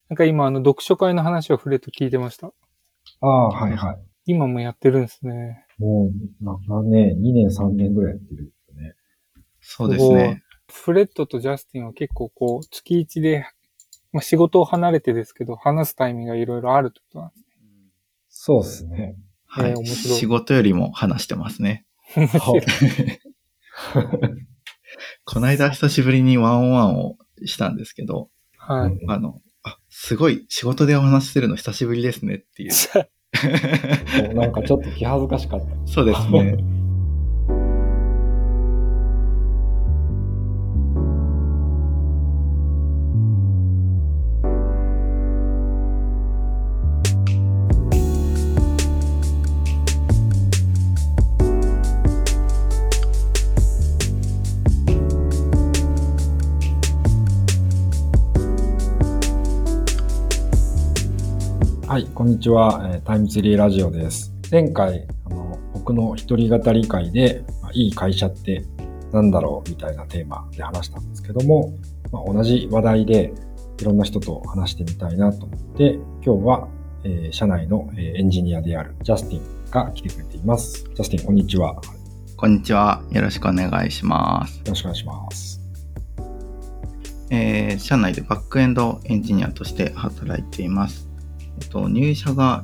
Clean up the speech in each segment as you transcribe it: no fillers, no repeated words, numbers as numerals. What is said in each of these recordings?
なんか今読書会の話をフレット聞いてました。 ああ、はいはい。 今もやってるんですね。 もう、何年、2年3年ぐらいやってるよね。 そうですね。 フレットとジャスティンは結構こう、月1で、まあ、仕事を離れてですけど、話すタイミングがいろいろあるってことなんですね。 そうですね。 はい。 面白い。 仕事よりも話してますね。 面白い。 この間久しぶりにワンオンワンをしたんですけど、 はい。 すごい仕事でお話しするの久しぶりですねっていう。 そうなんかちょっと気恥ずかしかった。 そうですね。 はい、こんにちは。タイムツリーラジオです。前回、僕の一人語り会で、いい会社ってなんだろうみたいなテーマで話したんですけども、同じ話題でいろんな人と話してみたいなと思って、今日は、社内のエンジニアであるジャスティンが来てくれています。ジャスティン、こんにちは。 こんにちは。よろしくお願いします。 よろしくお願いします。 社内でバックエンドエンジニアとして働いています。入社が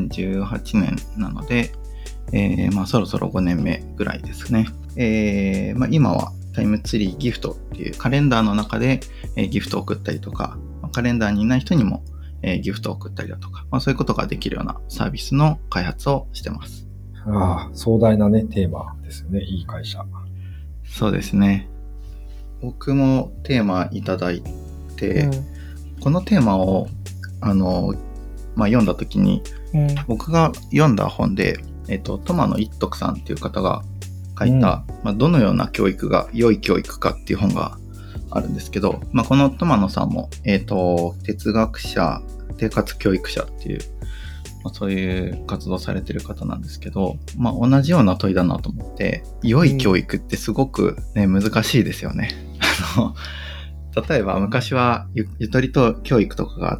2018年なので、そろそろ5年目ぐらいですね。今はタイムツリーギフトっていうカレンダーの中で、ギフトを送ったりとか、カレンダーにいない人にも、ギフトを送ったりだとか、そういうことができるようなサービスの開発をしてます。 ああ、壮大なね、テーマですよね。いい会社。 そうですね。僕もテーマいただいて、このテーマを読んだ時に、僕が読んだ本で、トマの一徳さんっていう方が書いた、どのような教育が良い教育かっていう本があるんですけど、このトマノさんも、哲学者でかつ教育者っていう、そういう活動されてる方なんですけど、同じような問いだなと思って、良い教育ってすごくね、難しいですよね。例えば昔はゆとりと教育とかがあって、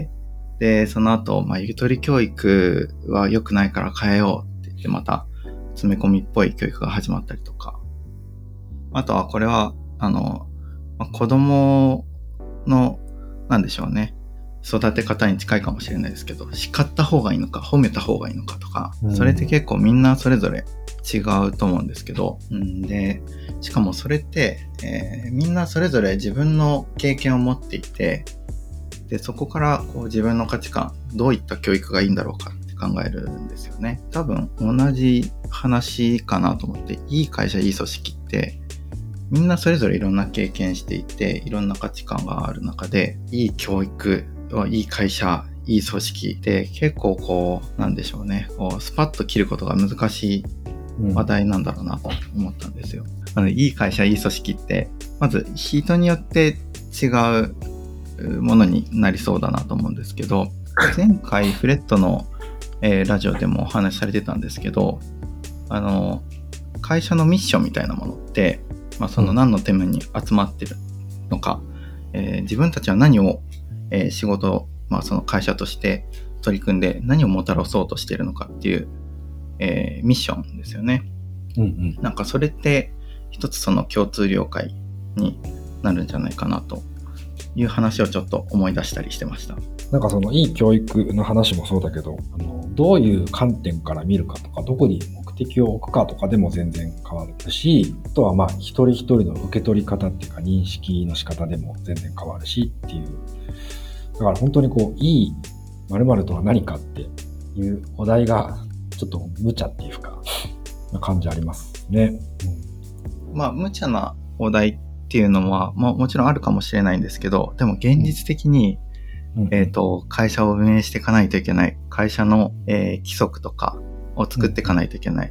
で、その後、ゆとり教育は良くないから変えようって言ってまた詰め込みっぽい教育が始まったりとか。あとはこれは、子供の、なんでしょうね。育て方に近いかもしれないですけど、叱った方がいいのか、褒めた方がいいのかとか、それって結構みんなそれぞれ違うと思うんですけど、で、しかもそれって、みんなそれぞれ自分の経験を持っていて、で、そこからこう自分の価値観、どういった教育がいいんだろうかって考えるんですよね。多分同じ話かなと思って、いい会社、いい組織って、みんなそれぞれいろんな経験していて、いろんな価値観がある中で、いい教育、いい会社、いい組織って結構こう、なんでしょうね、こうスパッと切ることが難しい話題なんだろうなと思ったんですよ。いい会社、いい組織って、まず人によって違うものになりそうだなと思うんですけど、前回フレットの、ラジオでもお話しされてたんですけど、会社のミッションみたいなものって、その何のために集まってるのか、自分たちは何を、仕事、その会社として取り組んで何をもたらそうとしているのかっていう、ミッションですよね。なんかそれって一つその共通了解になるんじゃないかなという話をちょっと思い出したりしてました。 なんかそのいい教育の話もそうだけど、どういう観点から見るかとか、どこに目的を置くかとかでも全然変わるし、あとは一人一人の受け取り方っていうか認識の仕方でも全然変わるしっていう。だから本当にこう、いい〇〇とは何かっていうお題がちょっと無茶っていうか、な感じありますね。 無茶なお題っていうのは もちろんあるかもしれないんですけど、でも現実的に、会社を運営していかないといけない、会社の、規則とかを作っていかないといけない、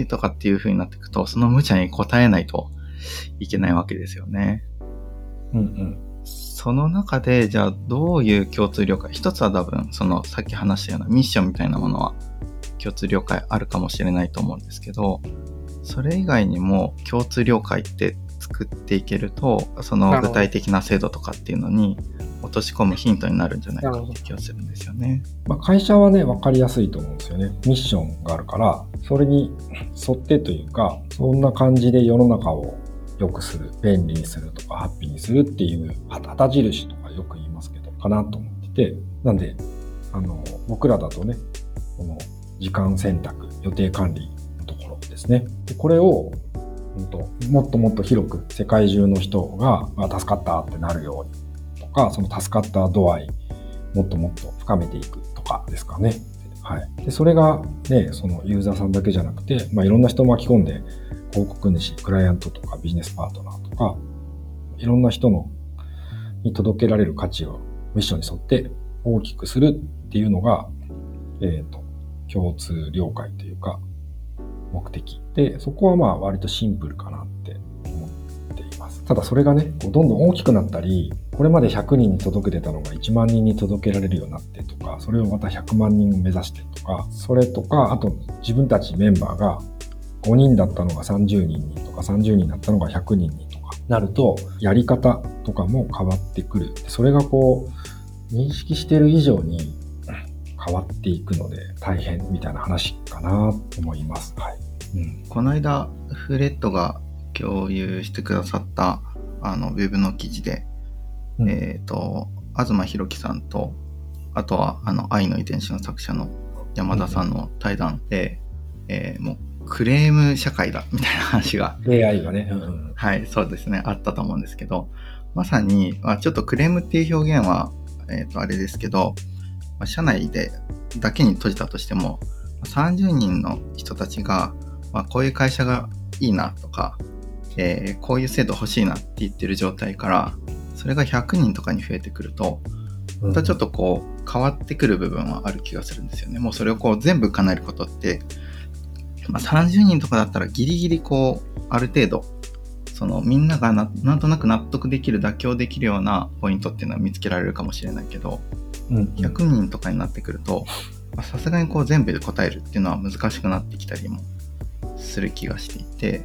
とかっていう風になっていくと、その無茶に応えないといけないわけですよね。その中でじゃあどういう共通了解、一つは多分そのさっき話したようなミッションみたいなものは共通了解あるかもしれないと思うんですけど、それ以外にも共通了解って作っていけると、その具体的な制度とかっていうのに落とし込むヒントになるんじゃないかって気がするんですよね。 会社はね、分かりやすいと思うんですよね。ミッションがあるから、それに沿ってというか、そんな感じで世の中を良くする、便利にするとか、ハッピーにするっていう旗印とかよく言いますけど、かなと思ってて、なんで、僕らだとね、この時間選択、予定管理のところですね。でこれを、もっともっと広く世界中の人が助かったってなるようにとか、その助かった度合い、もっともっと深めていくとかですかね。はい。で、それがね、そのユーザーさんだけじゃなくて、いろんな人を巻き込んで、広告主、クライアントとかビジネスパートナーとか、いろんな人に届けられる価値をミッションに沿って大きくするっていうのが、共通了解というか、目的で、そこは割とシンプルかなって思っています。ただそれがね、どんどん大きくなったり、これまで100人に届けてたのが1万人に届けられるようになってとか、それをまた100万人を目指してとか、それとか、あと自分たちメンバーが5人だったのが30人にとか、30人だったのが100人にとかなると、やり方とかも変わってくる。それが認識している以上に変わっていくので大変みたいな話かなと思います。はい。 この間フレッドが共有してくださったウェブの記事で、東博樹さんと、あとは愛の遺伝子の作者の山田さんの対談で、もうクレーム社会だみたいな話が AI がね、 はい、そうですね、あったと思うんですけど、まさに、ちょっとクレームっていう表現はあれですけど、社内でだけに閉じたとしても、30人の人たちが、こういう会社がいいなとか、こういう制度欲しいなって言ってる状態から、それが100人とかに増えてくると、またちょっと変わってくる部分はある気がするんですよね。もうそれを全部叶えることって、30人とかだったらギリギリある程度、みんながなんとなく納得できる、妥協できるようなポイントっていうのは見つけられるかもしれないけど、100人とかになってくると、さすがに全部で答えるっていうのは難しくなってきたりもする気がしていて、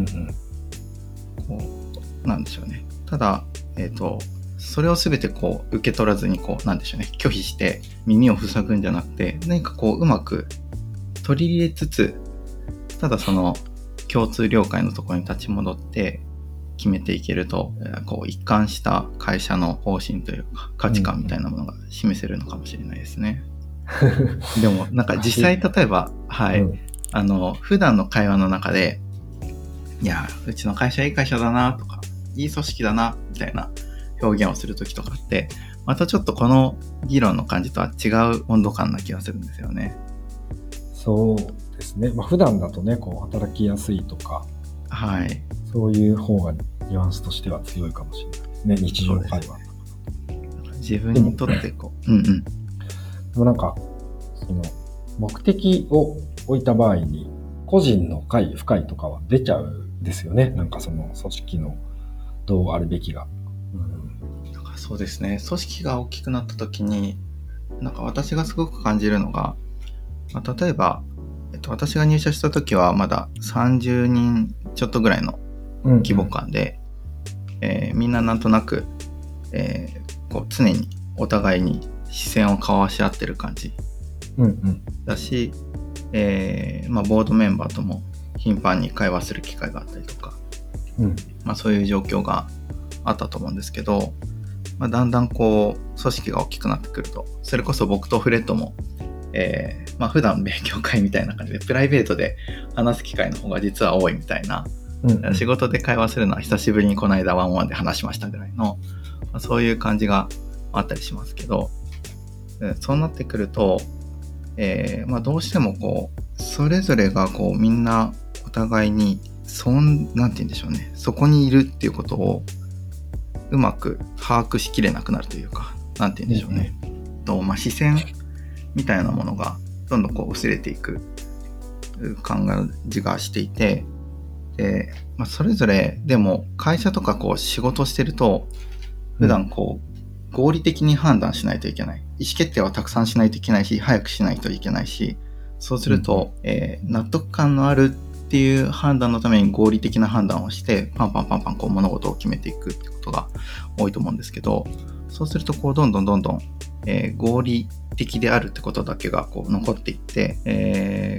なんでしょうね。ただ、それを全て受け取らずになんでしょうね、拒否して耳を塞ぐんじゃなくて、何かうまく取り入れつつ、ただその共通了解のところに立ち戻って決めていけると、一貫した会社の方針というか価値観みたいなものが示せるのかもしれないですね。でも実際例えば、はい、普段の会話の中で、いやうちの会社いい会社だなとか、いい組織だなみたいな表現をするときとかって、またちょっとこの議論の感じとは違う温度感な気がするんですよね。 そうですね。普段だとね、働きやすいとか、はい、そういう方がニュアンスとしては強いかもしれないですね。日常会話。 自分にとってでもその目的を置いた場合に個人の快不快とかは出ちゃうんですよね。その組織のどうあるべきが。 そうですね。組織が大きくなった時に、私がすごく感じるのが、例えば、私が入社した時はまだ30人ちょっとぐらいの規模感で、みんななんとなく、常にお互いに視線を交わし合ってる感じだし、ボードメンバーとも頻繁に会話する機会があったりとか、そういう状況があったと思うんですけど、だんだん組織が大きくなってくると、それこそ僕とフレッドも、普段勉強会みたいな感じでプライベートで話す機会の方が実は多いみたいな、仕事で会話するのは久しぶりにこの間ワンワンで話しましたぐらいの、そういう感じがあったりしますけど、そうなってくると、どうしてもそれぞれがみんなお互いになんて言うんでしょうね、そこにいるっていうことをうまく把握しきれなくなるというか、なんて言うんでしょうね、視線みたいなものがどんどん薄れていく感じがしていて、で、それぞれでも会社とか仕事してると普段合理的に判断しないといけない、意思決定はたくさんしないといけないし、早くしないといけないし、そうすると、納得感のあるっていう判断のために合理的な判断をしてパンパンこう物事を決めていくってことが多いと思うんですけど、そうするとこうどんどん、合理的であるってことだけがこう残っていって、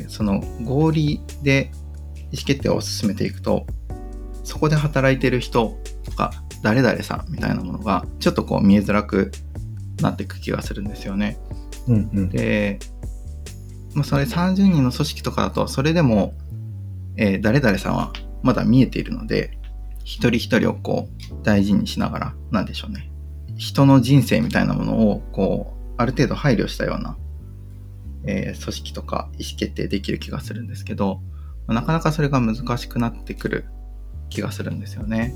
その合理で意思決定を進めていくと、そこで働いている人とか誰々さんみたいなものがちょっとこう見えづらくなっていく気がするんですよね。で、それ30人の組織とかだとそれでも、誰々さんはまだ見えているので、一人一人をこう大事にしながら、なんでしょうね、人の人生みたいなものをこうある程度配慮したような、組織とか意思決定できる気がするんですけど、なかなかそれが難しくなってくる気がするんですよね。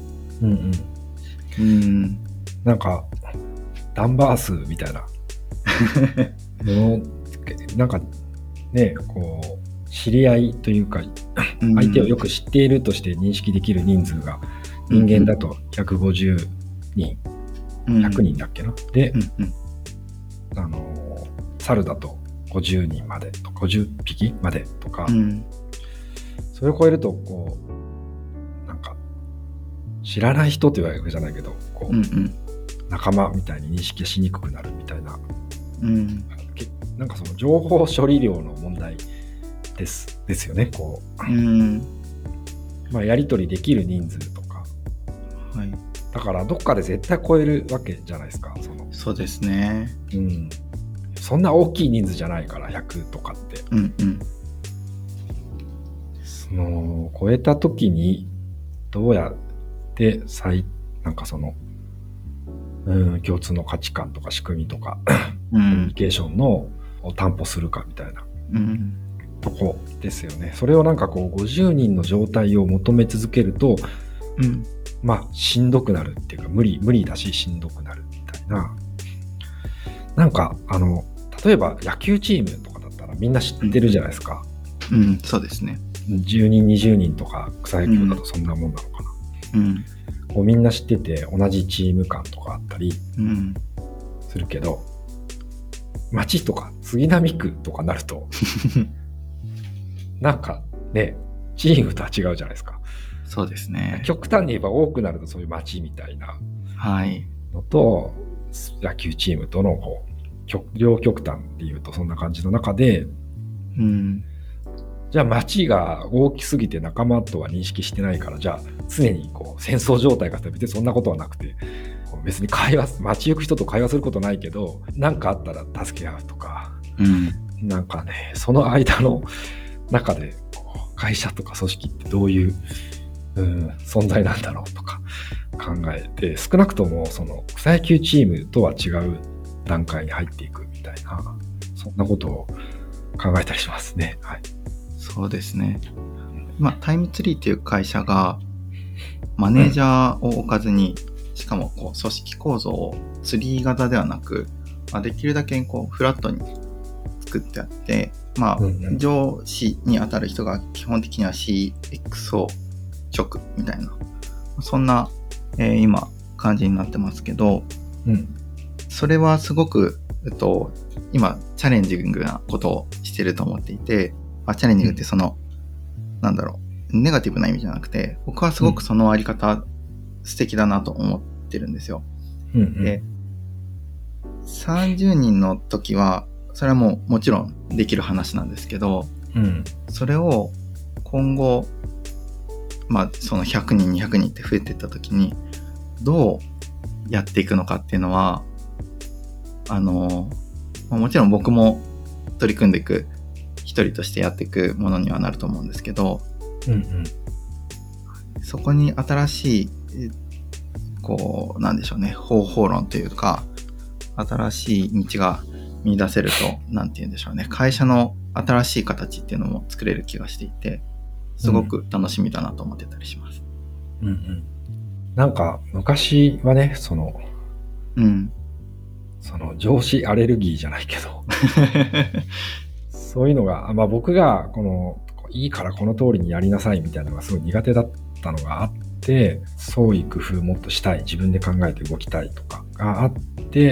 なんかダンバー数みたいななんかね、こう知り合いというか相手をよく知っているとして認識できる人数が人間だと150人、100人だっけな、で、猿だと50人までと50匹までとか、それを超えるとこうなんか知らない人というわけじゃないけど、こう、仲間みたいに認識しにくくなるみたいな、なんかその情報処理量の問題ですよね。こう、やり取りできる人数とか、だからどっかで絶対超えるわけじゃないですか。 そうですね。 そんな大きい人数じゃないから100とかって、その超えた時にどうやってなんかその共通の価値観とか仕組みとかコミュニケーションを担保するかみたいなとこですよね。それをなんかこう50人の状態を求め続けると、しんどくなるっていうか無理だししんどくなるみたいな。なんか例えば野球チームとかだったらみんな知ってるじゃないですか。 そうですね。 10人20人とか草野球だとそんなもんなのかな。こうみんな知ってて同じチーム感とかあったりするけど、町とか杉並区とかなるとなんかね、チームとは違うじゃないですか。 そうですね。 極端に言えば多くなるとそういう町みたいなのと、野球チームとのこう両極端で言うとそんな感じの中で、じゃあ町が大きすぎて仲間とは認識してないから、じゃあ常にこう戦争状態があって別にそんなことはなくて、別に町行く人と会話することないけど、何かあったら助け合うとか、なんかね、その間の中で会社とか組織ってどういう、存在なんだろうとか考えて、少なくともその草野球チームとは違う段階に入っていくみたいな、そんなことを考えたりしますね。 そうですね。タイムツリーっていう会社がマネージャーを置かずに、しかもこう組織構造をツリー型ではなく、できるだけこうフラットに作ってあって、上司に当たる人が基本的には CXO 職みたいな、そんな、今感じになってますけど、それはすごく、今チャレンジングなことをしてると思っていて、チャレンジングってその、ネガティブな意味じゃなくて、僕はすごくそのあり方素敵だなと思ってるんですよ。で、30人の時はそれはもちろんできる話なんですけど、それを今後その100人200人って増えていった時にどうやっていくのかっていうのはもちろん僕も取り組んでいく一人としてやっていくものにはなると思うんですけど、そこに新しいこうなんでしょうね、方法論というか新しい道が見出せると、なんて言うんでしょうね、会社の新しい形っていうのも作れる気がしていて、すごく楽しみだなと思ってたりします。 なんか昔はね、その上司アレルギーじゃないけどそういうのが、僕がいいからこの通りにやりなさいみたいなのがすごい苦手だったのがあって、創意工夫もっとしたい、自分で考えて動きたいとかがあって、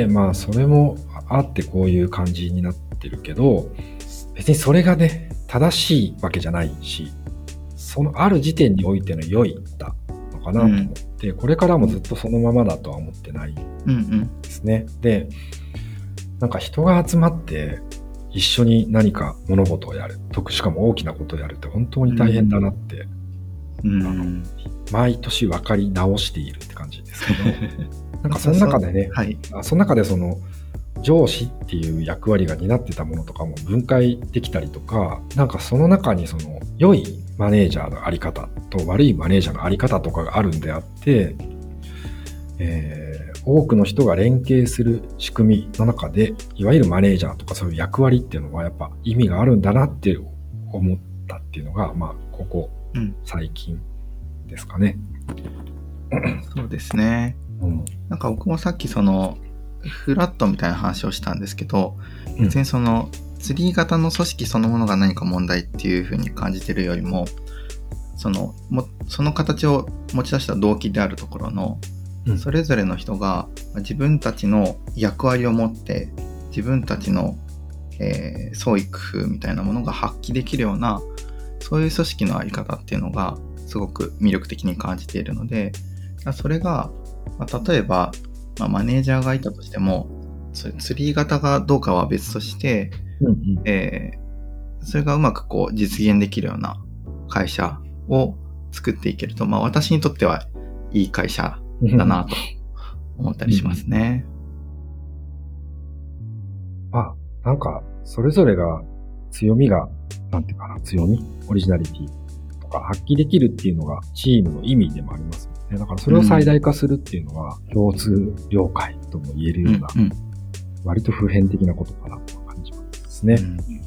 それもあってこういう感じになってるけど、別にそれがね正しいわけじゃないし、 そのある時点においての良いだのかなと思って、これからもずっとそのままだとは思ってないですね。で、なんか人が集まって一緒に何か物事をやる、しかも大きなことをやるって本当に大変だなって、毎年分かり直しているって感じですけど、なんかその中でね、その中でその上司っていう役割が担ってたものとかも分解できたりとか、なんかその中にその良いマネージャーのあり方と悪いマネージャーのあり方とかがあるんであって、多くの人が連携する仕組みの中で、いわゆるマネージャーとかそういう役割っていうのはやっぱ意味があるんだなって思ったっていうのが、まあここ最近ですかね。 そうですね。なんか僕もさっきそのフラットみたいな話をしたんですけど、別にそのツリー型の組織そのものが何か問題っていうふうに感じてるよりも、その形を持ち出した動機であるところの、それぞれの人が自分たちの役割を持って自分たちの、創意工夫みたいなものが発揮できるような、そういう組織のあり方っていうのがすごく魅力的に感じているので、それが、例えば、マネージャーがいたとしても、それツリー型がどうかは別として、それがうまくこう実現できるような会社を作っていけると、私にとってはいい会社だなと思ったりしますね。 なんかそれぞれが強みが、なんていうかな、強み、オリジナリティとか発揮できるっていうのがチームの意味でもありますよね。だからそれを最大化するっていうのは共通了解とも言えるような、割と普遍的なことかなと感じますね。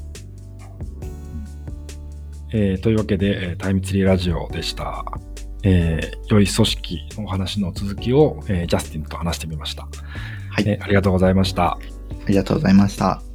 というわけで、タイムツリーラジオでした。良い組織のお話の続きを、ジャスティンと話してみました。ありがとうございました。 ありがとうございました。